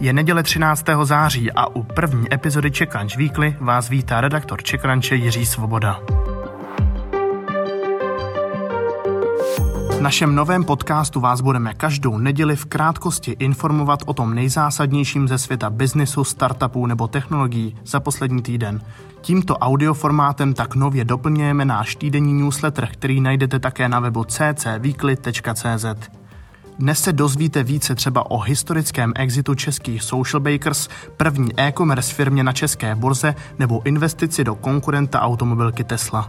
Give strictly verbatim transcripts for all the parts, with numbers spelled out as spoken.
Je neděle třináctého září a u první epizody Czech Crunch Weekly vás vítá redaktor Czech Crunche Jiří Svoboda. V našem novém podcastu vás budeme každou neděli v krátkosti informovat o tom nejzásadnějším ze světa biznisu, startupů nebo technologií za poslední týden. Tímto audioformátem tak nově doplňujeme náš týdenní newsletter, který najdete také na webu c c weekly tečka c z. Dnes se dozvíte více třeba o historickém exitu českých Social Bakers, první e-commerce firmě na české burze nebo investici do konkurenta automobilky Tesla.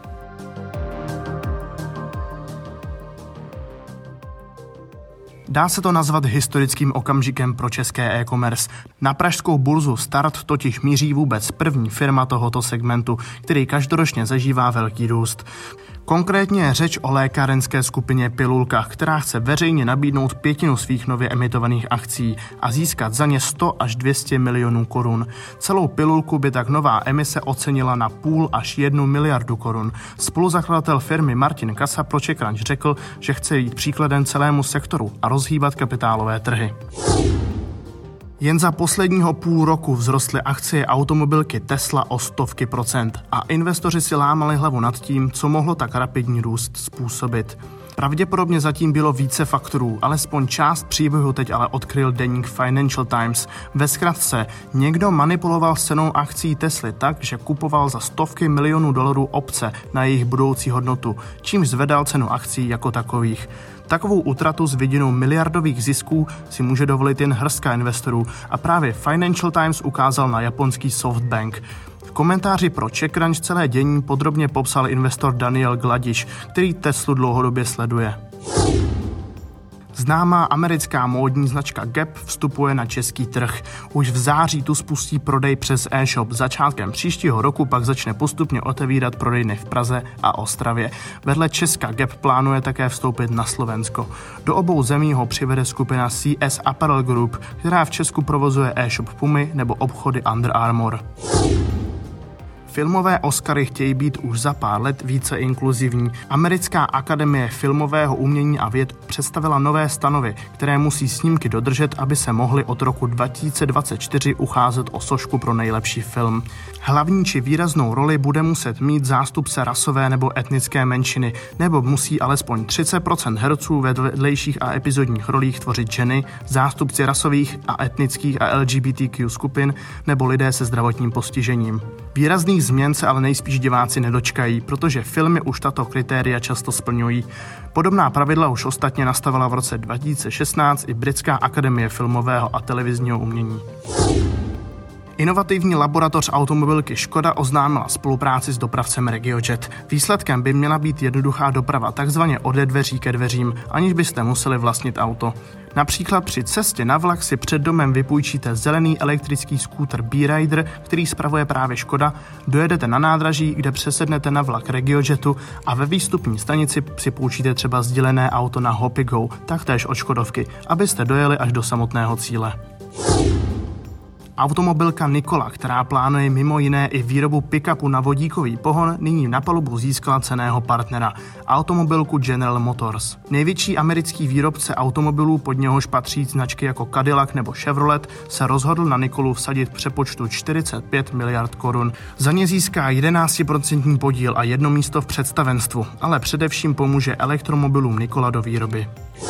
Dá se to nazvat historickým okamžikem pro české e-commerce. Na pražskou burzu Start totiž míří vůbec první firma tohoto segmentu, který každoročně zažívá velký růst. Konkrétně je řeč o lékárenské skupině Pilulka, která chce veřejně nabídnout pětinu svých nově emitovaných akcí a získat za ně sto až dvě stě milionů korun. Celou Pilulku by tak nová emise ocenila na půl až jednu miliardu korun. Spoluzakladatel firmy Martin Kasa pro Czech Crunch řekl, že chce jít příkladem celému sektoru a rozhýbat kapitálové trhy. Jen za posledního půl roku vzrostly akcie automobilky Tesla o stovky procent a investoři si lámali hlavu nad tím, co mohlo tak rapidní růst způsobit. Pravděpodobně zatím bylo více faktorů, alespoň část příběhu teď ale odkryl deník Financial Times. Ve zkratce, někdo manipuloval s cenou akcí Tesly tak, že kupoval za stovky milionů dolarů opce na jejich budoucí hodnotu, čímž zvedal cenu akcí jako takových. Takovou útratu s vidinou miliardových zisků si může dovolit jen hrstka investorů a právě Financial Times ukázal na japonský SoftBank. V komentáři pro Czech Crunch celé dění podrobně popsal investor Daniel Gladiš, který Teslu dlouhodobě sleduje. Známá americká módní značka Gap vstupuje na český trh. Už v září tu spustí prodej přes e-shop. Začátkem příštího roku pak začne postupně otevírat prodejny v Praze a Ostravě. Vedle Česka Gap plánuje také vstoupit na Slovensko. Do obou zemí ho přivede skupina C S Apparel Group, která v Česku provozuje e-shop Pumy nebo obchody Under Armour. Filmové Oscary chtějí být už za pár let více inkluzivní. Americká akademie filmového umění a věd představila nové stanovy, které musí snímky dodržet, aby se mohly od roku dva tisíce dvacet čtyři ucházet o sošku pro nejlepší film. Hlavní či výraznou roli bude muset mít zástupce rasové nebo etnické menšiny, nebo musí alespoň třicet procent herců ve vedlejších a epizodních rolích tvořit ženy, zástupci rasových a etnických a L G B T Q skupin nebo lidé se zdravotním postižením. Výrazných změn se ale nejspíš diváci nedočkají, protože filmy už tato kritéria často splňují. Podobná pravidla už ostatně nastavila v roce dva tisíce šestnáct i Britská akademie filmového a televizního umění. Inovativní laboratoř automobilky Škoda oznámila spolupráci s dopravcem RegioJet. Výsledkem by měla být jednoduchá doprava, takzvaně ode dveří ke dveřím, aniž byste museli vlastnit auto. Například při cestě na vlak si před domem vypůjčíte zelený elektrický skútr B-Rider, který spravuje právě Škoda, dojedete na nádraží, kde přesednete na vlak RegioJetu a ve výstupní stanici si půjčíte třeba sdílené auto na Hopigo, taktéž od Škodovky, abyste dojeli až do samotného cíle. Automobilka Nikola, která plánuje mimo jiné i výrobu pick-upu na vodíkový pohon, nyní na palubu získala cenného partnera, automobilku General Motors. Největší americký výrobce automobilů, pod něhož patří značky jako Cadillac nebo Chevrolet, se rozhodl na Nikolu vsadit v přepočtu čtyřicet pět miliard korun. Za ně získá jedenáct procent podíl a jedno místo v představenstvu, ale především pomůže elektromobilům Nikola do výroby.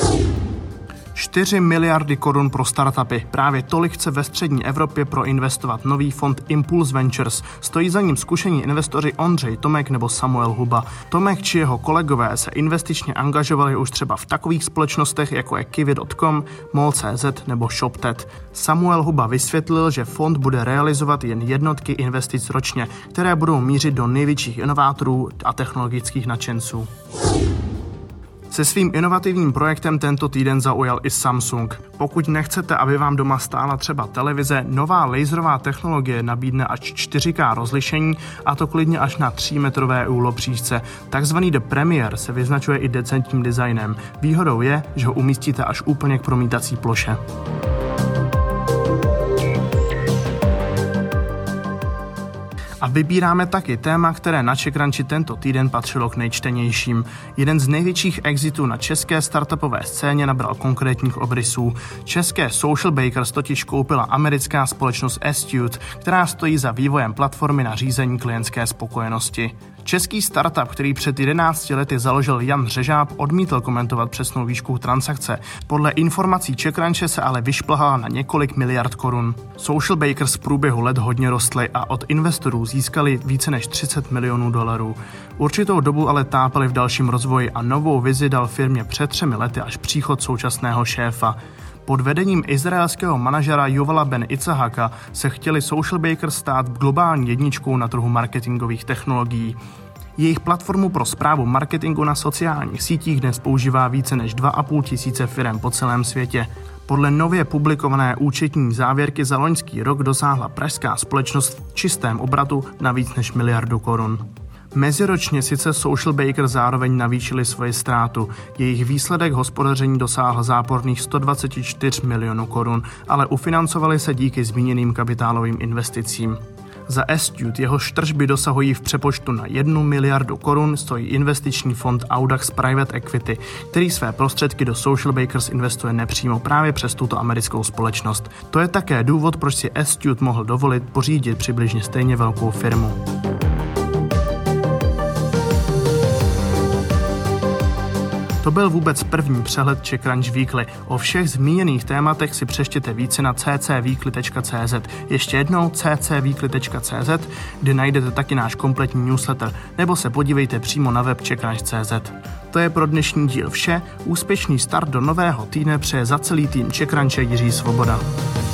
čtyři miliardy korun pro startupy. Právě tolik chce ve střední Evropě proinvestovat nový fond Impulse Ventures. Stojí za ním zkušení investoři Ondřej Tomek nebo Samuel Huba. Tomek či jeho kolegové se investičně angažovali už třeba v takových společnostech jako je Kiwi tečka com, Mall tečka cé zet nebo ShopTet. Samuel Huba vysvětlil, že fond bude realizovat jen jednotky investic ročně, které budou mířit do největších inovátorů a technologických nadšenců. Se svým inovativním projektem tento týden zaujal i Samsung. Pokud nechcete, aby vám doma stála třeba televize, nová laserová technologie nabídne až čtyři ká rozlišení, a to klidně až na třímetrové úhlopříčce. Takzvaný The Premier se vyznačuje i decentním designem. Výhodou je, že ho umístíte až úplně k promítací ploše. A vybíráme taky téma, které na CzechCrunchi tento týden patřilo k nejčtenějším. Jeden z největších exitů na české startupové scéně nabral konkrétních obrysů. České Social Bakers totiž koupila americká společnost Astute, která stojí za vývojem platformy na řízení klientské spokojenosti. Český startup, který před jedenácti lety založil Jan Řežáb, odmítl komentovat přesnou výšku transakce. Podle informací CzechCrunche se ale vyšplhala na několik miliard korun. Social Bakers v průběhu let hodně rostly a od investorů získali více než třicet milionů dolarů. Určitou dobu ale tápali v dalším rozvoji a novou vizi dal firmě před třemi lety až příchod současného šéfa. Pod vedením izraelského manažera Yuvala Ben Itzhaka se chtěli Social Bakers stát globální jedničkou na trhu marketingových technologií. Jejich platformu pro správu marketingu na sociálních sítích dnes používá více než dva a půl tisíce firem po celém světě. Podle nově publikované účetní závěrky za loňský rok dosáhla pražská společnost v čistém obratu na víc než miliardu korun. Meziročně sice Social Baker zároveň navýšili svoji ztrátu. Jejich výsledek hospodaření dosáhl záporných sto dvacet čtyři milionů korun, ale ufinancovali se díky zmíněným kapitálovým investicím. Za Astute, jehož tržby dosahují v přepočtu na jednu miliardu korun, stojí investiční fond Audax Private Equity, který své prostředky do Social Bakers investuje nepřímo právě přes tuto americkou společnost. To je také důvod, proč si Astute mohl dovolit pořídit přibližně stejně velkou firmu. To byl vůbec první přehled CzechCrunch Weekly. O všech zmíněných tématech si přečtěte více na c c weekly tečka c z. Ještě jednou c c weekly tečka c z, kde najdete taky náš kompletní newsletter, nebo se podívejte přímo na web czechcrunch tečka c z. To je pro dnešní díl vše. Úspěšný start do nového týdne přeje za celý tým CzechCrunche Jiří Svoboda.